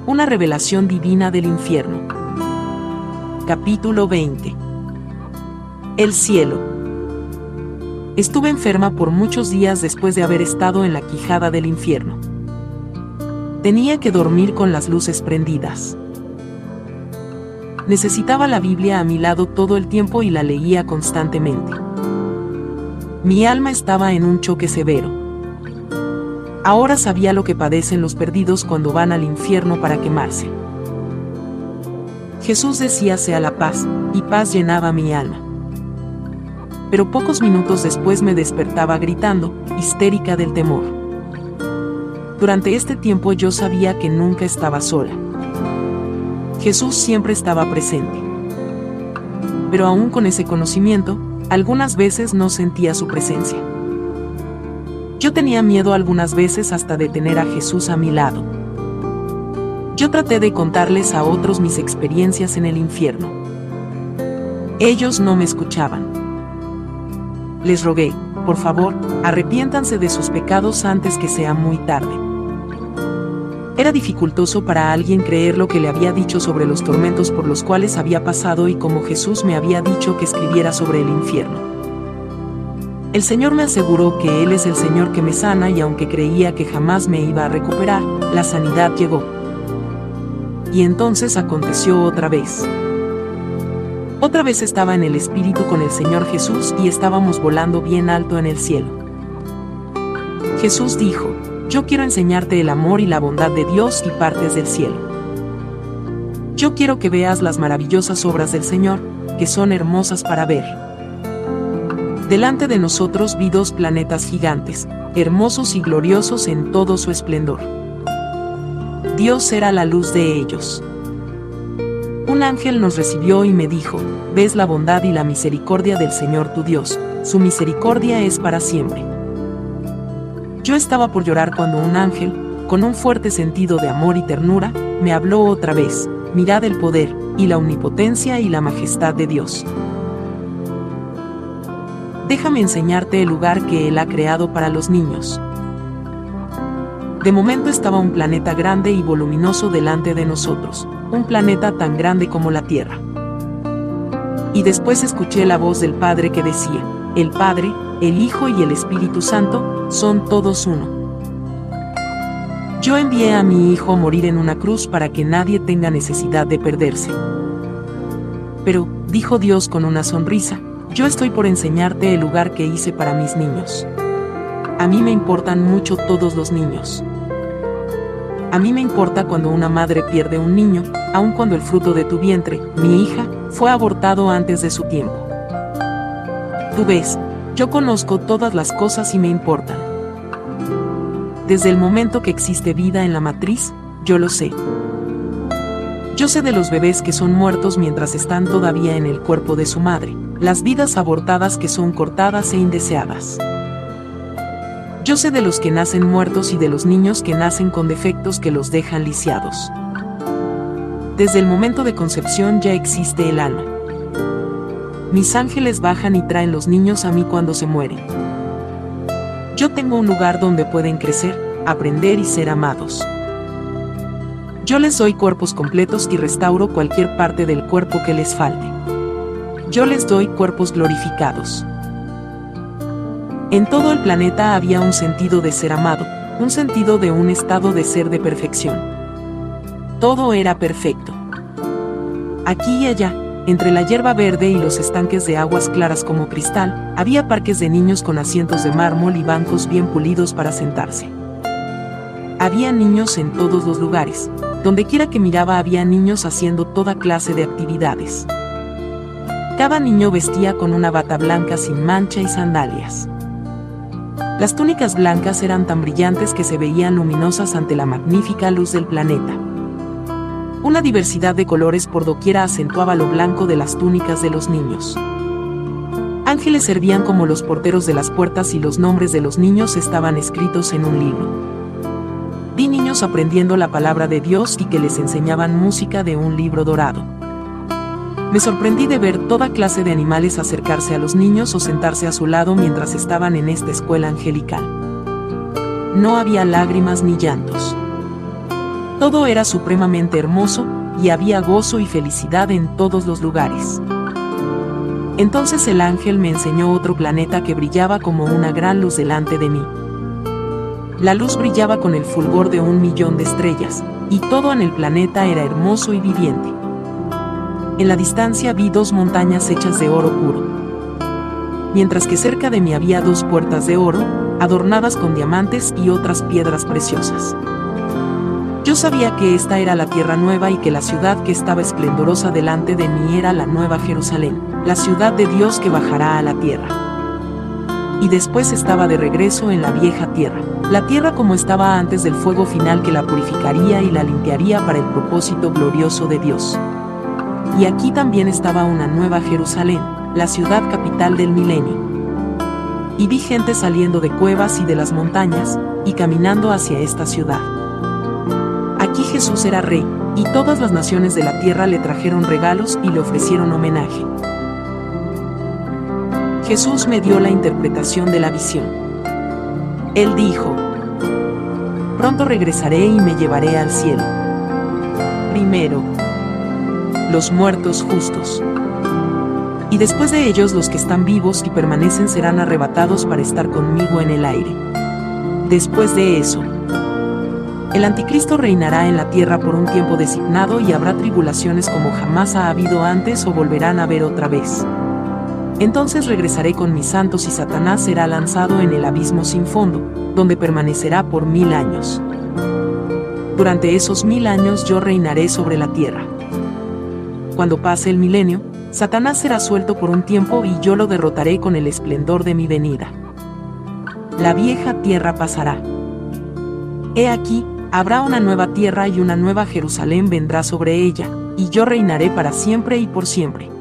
Una revelación divina del infierno. Capítulo 20. El cielo. Estuve enferma por muchos días después de haber estado en la quijada del infierno. Tenía que dormir con las luces prendidas. Necesitaba la Biblia a mi lado todo el tiempo y la leía constantemente. Mi alma estaba en un choque severo. Ahora sabía lo que padecen los perdidos cuando van al infierno para quemarse. Jesús decía: sea la paz, y paz llenaba mi alma. Pero pocos minutos después me despertaba gritando, histérica del temor. Durante este tiempo yo sabía que nunca estaba sola. Jesús siempre estaba presente. Pero aún con ese conocimiento, algunas veces no sentía su presencia. Yo tenía miedo algunas veces hasta de tener a Jesús a mi lado. Yo traté de contarles a otros mis experiencias en el infierno. Ellos no me escuchaban. Les rogué: por favor, arrepiéntanse de sus pecados antes que sea muy tarde. Era dificultoso para alguien creer lo que le había dicho sobre los tormentos por los cuales había pasado y como Jesús me había dicho que escribiera sobre el infierno. El Señor me aseguró que Él es el Señor que me sana y aunque creía que jamás me iba a recuperar, la sanidad llegó. Y entonces aconteció otra vez. Otra vez estaba en el Espíritu con el Señor Jesús y estábamos volando bien alto en el cielo. Jesús dijo: yo quiero enseñarte el amor y la bondad de Dios y partes del cielo. Yo quiero que veas las maravillosas obras del Señor, que son hermosas para ver. Delante de nosotros vi dos planetas gigantes, hermosos y gloriosos en todo su esplendor. Dios era la luz de ellos. Un ángel nos recibió y me dijo: ves la bondad y la misericordia del Señor tu Dios, su misericordia es para siempre. Yo estaba por llorar cuando un ángel, con un fuerte sentido de amor y ternura, me habló otra vez: mirad el poder, y la omnipotencia y la majestad de Dios. Déjame enseñarte el lugar que Él ha creado para los niños. De momento estaba un planeta grande y voluminoso delante de nosotros, un planeta tan grande como la Tierra. Y después escuché la voz del Padre que decía: el Padre, el Hijo y el Espíritu Santo, son todos uno. Yo envié a mi Hijo a morir en una cruz para que nadie tenga necesidad de perderse. Pero, dijo Dios con una sonrisa, yo estoy por enseñarte el lugar que hice para mis niños. A mí me importan mucho todos los niños. A mí me importa cuando una madre pierde un niño, aun cuando el fruto de tu vientre, mi hija, fue abortado antes de su tiempo. Tú ves, yo conozco todas las cosas y me importan. Desde el momento que existe vida en la matriz, yo lo sé. Yo sé de los bebés que son muertos mientras están todavía en el cuerpo de su madre, las vidas abortadas que son cortadas e indeseadas. Yo sé de los que nacen muertos y de los niños que nacen con defectos que los dejan lisiados. Desde el momento de concepción ya existe el alma. Mis ángeles bajan y traen los niños a mí cuando se mueren. Yo tengo un lugar donde pueden crecer, aprender y ser amados. Yo les doy cuerpos completos y restauro cualquier parte del cuerpo que les falte. Yo les doy cuerpos glorificados. En todo el planeta había un sentido de ser amado, un sentido de un estado de ser de perfección. Todo era perfecto. Aquí y allá, entre la hierba verde y los estanques de aguas claras como cristal, había parques de niños con asientos de mármol y bancos bien pulidos para sentarse. Había niños en todos los lugares. Donde quiera que miraba había niños haciendo toda clase de actividades. Cada niño vestía con una bata blanca sin mancha y sandalias. Las túnicas blancas eran tan brillantes que se veían luminosas ante la magnífica luz del planeta. Una diversidad de colores por doquiera acentuaba lo blanco de las túnicas de los niños. Ángeles servían como los porteros de las puertas y los nombres de los niños estaban escritos en un libro. Vi niños aprendiendo la palabra de Dios y que les enseñaban música de un libro dorado. Me sorprendí de ver toda clase de animales acercarse a los niños o sentarse a su lado mientras estaban en esta escuela angelical. No había lágrimas ni llantos. Todo era supremamente hermoso, y había gozo y felicidad en todos los lugares. Entonces el ángel me enseñó otro planeta que brillaba como una gran luz delante de mí. La luz brillaba con el fulgor de 1.000.000 de estrellas, y todo en el planeta era hermoso y viviente. En la distancia vi 2 montañas hechas de oro puro, mientras que cerca de mí había 2 puertas de oro, adornadas con diamantes y otras piedras preciosas. Yo sabía que esta era la tierra nueva y que la ciudad que estaba esplendorosa delante de mí era la Nueva Jerusalén, la ciudad de Dios que bajará a la tierra. Y después estaba de regreso en la vieja tierra, la tierra como estaba antes del fuego final que la purificaría y la limpiaría para el propósito glorioso de Dios. Y aquí también estaba una Nueva Jerusalén, la ciudad capital del milenio. Y vi gente saliendo de cuevas y de las montañas, y caminando hacia esta ciudad. Aquí Jesús era rey, y todas las naciones de la tierra le trajeron regalos y le ofrecieron homenaje. Jesús me dio la interpretación de la visión. Él dijo: pronto regresaré y me llevaré al cielo. Primero, los muertos justos. Y después de ellos los que están vivos y permanecen serán arrebatados para estar conmigo en el aire. Después de eso, el anticristo reinará en la tierra por un tiempo designado y habrá tribulaciones como jamás ha habido antes o volverán a haber otra vez. Entonces regresaré con mis santos y Satanás será lanzado en el abismo sin fondo, donde permanecerá por 1000 años. Durante esos 1000 años yo reinaré sobre la tierra. Cuando pase el milenio, Satanás será suelto por un tiempo y yo lo derrotaré con el esplendor de mi venida. La vieja tierra pasará. He aquí, habrá una nueva tierra y una nueva Jerusalén vendrá sobre ella, y yo reinaré para siempre y por siempre.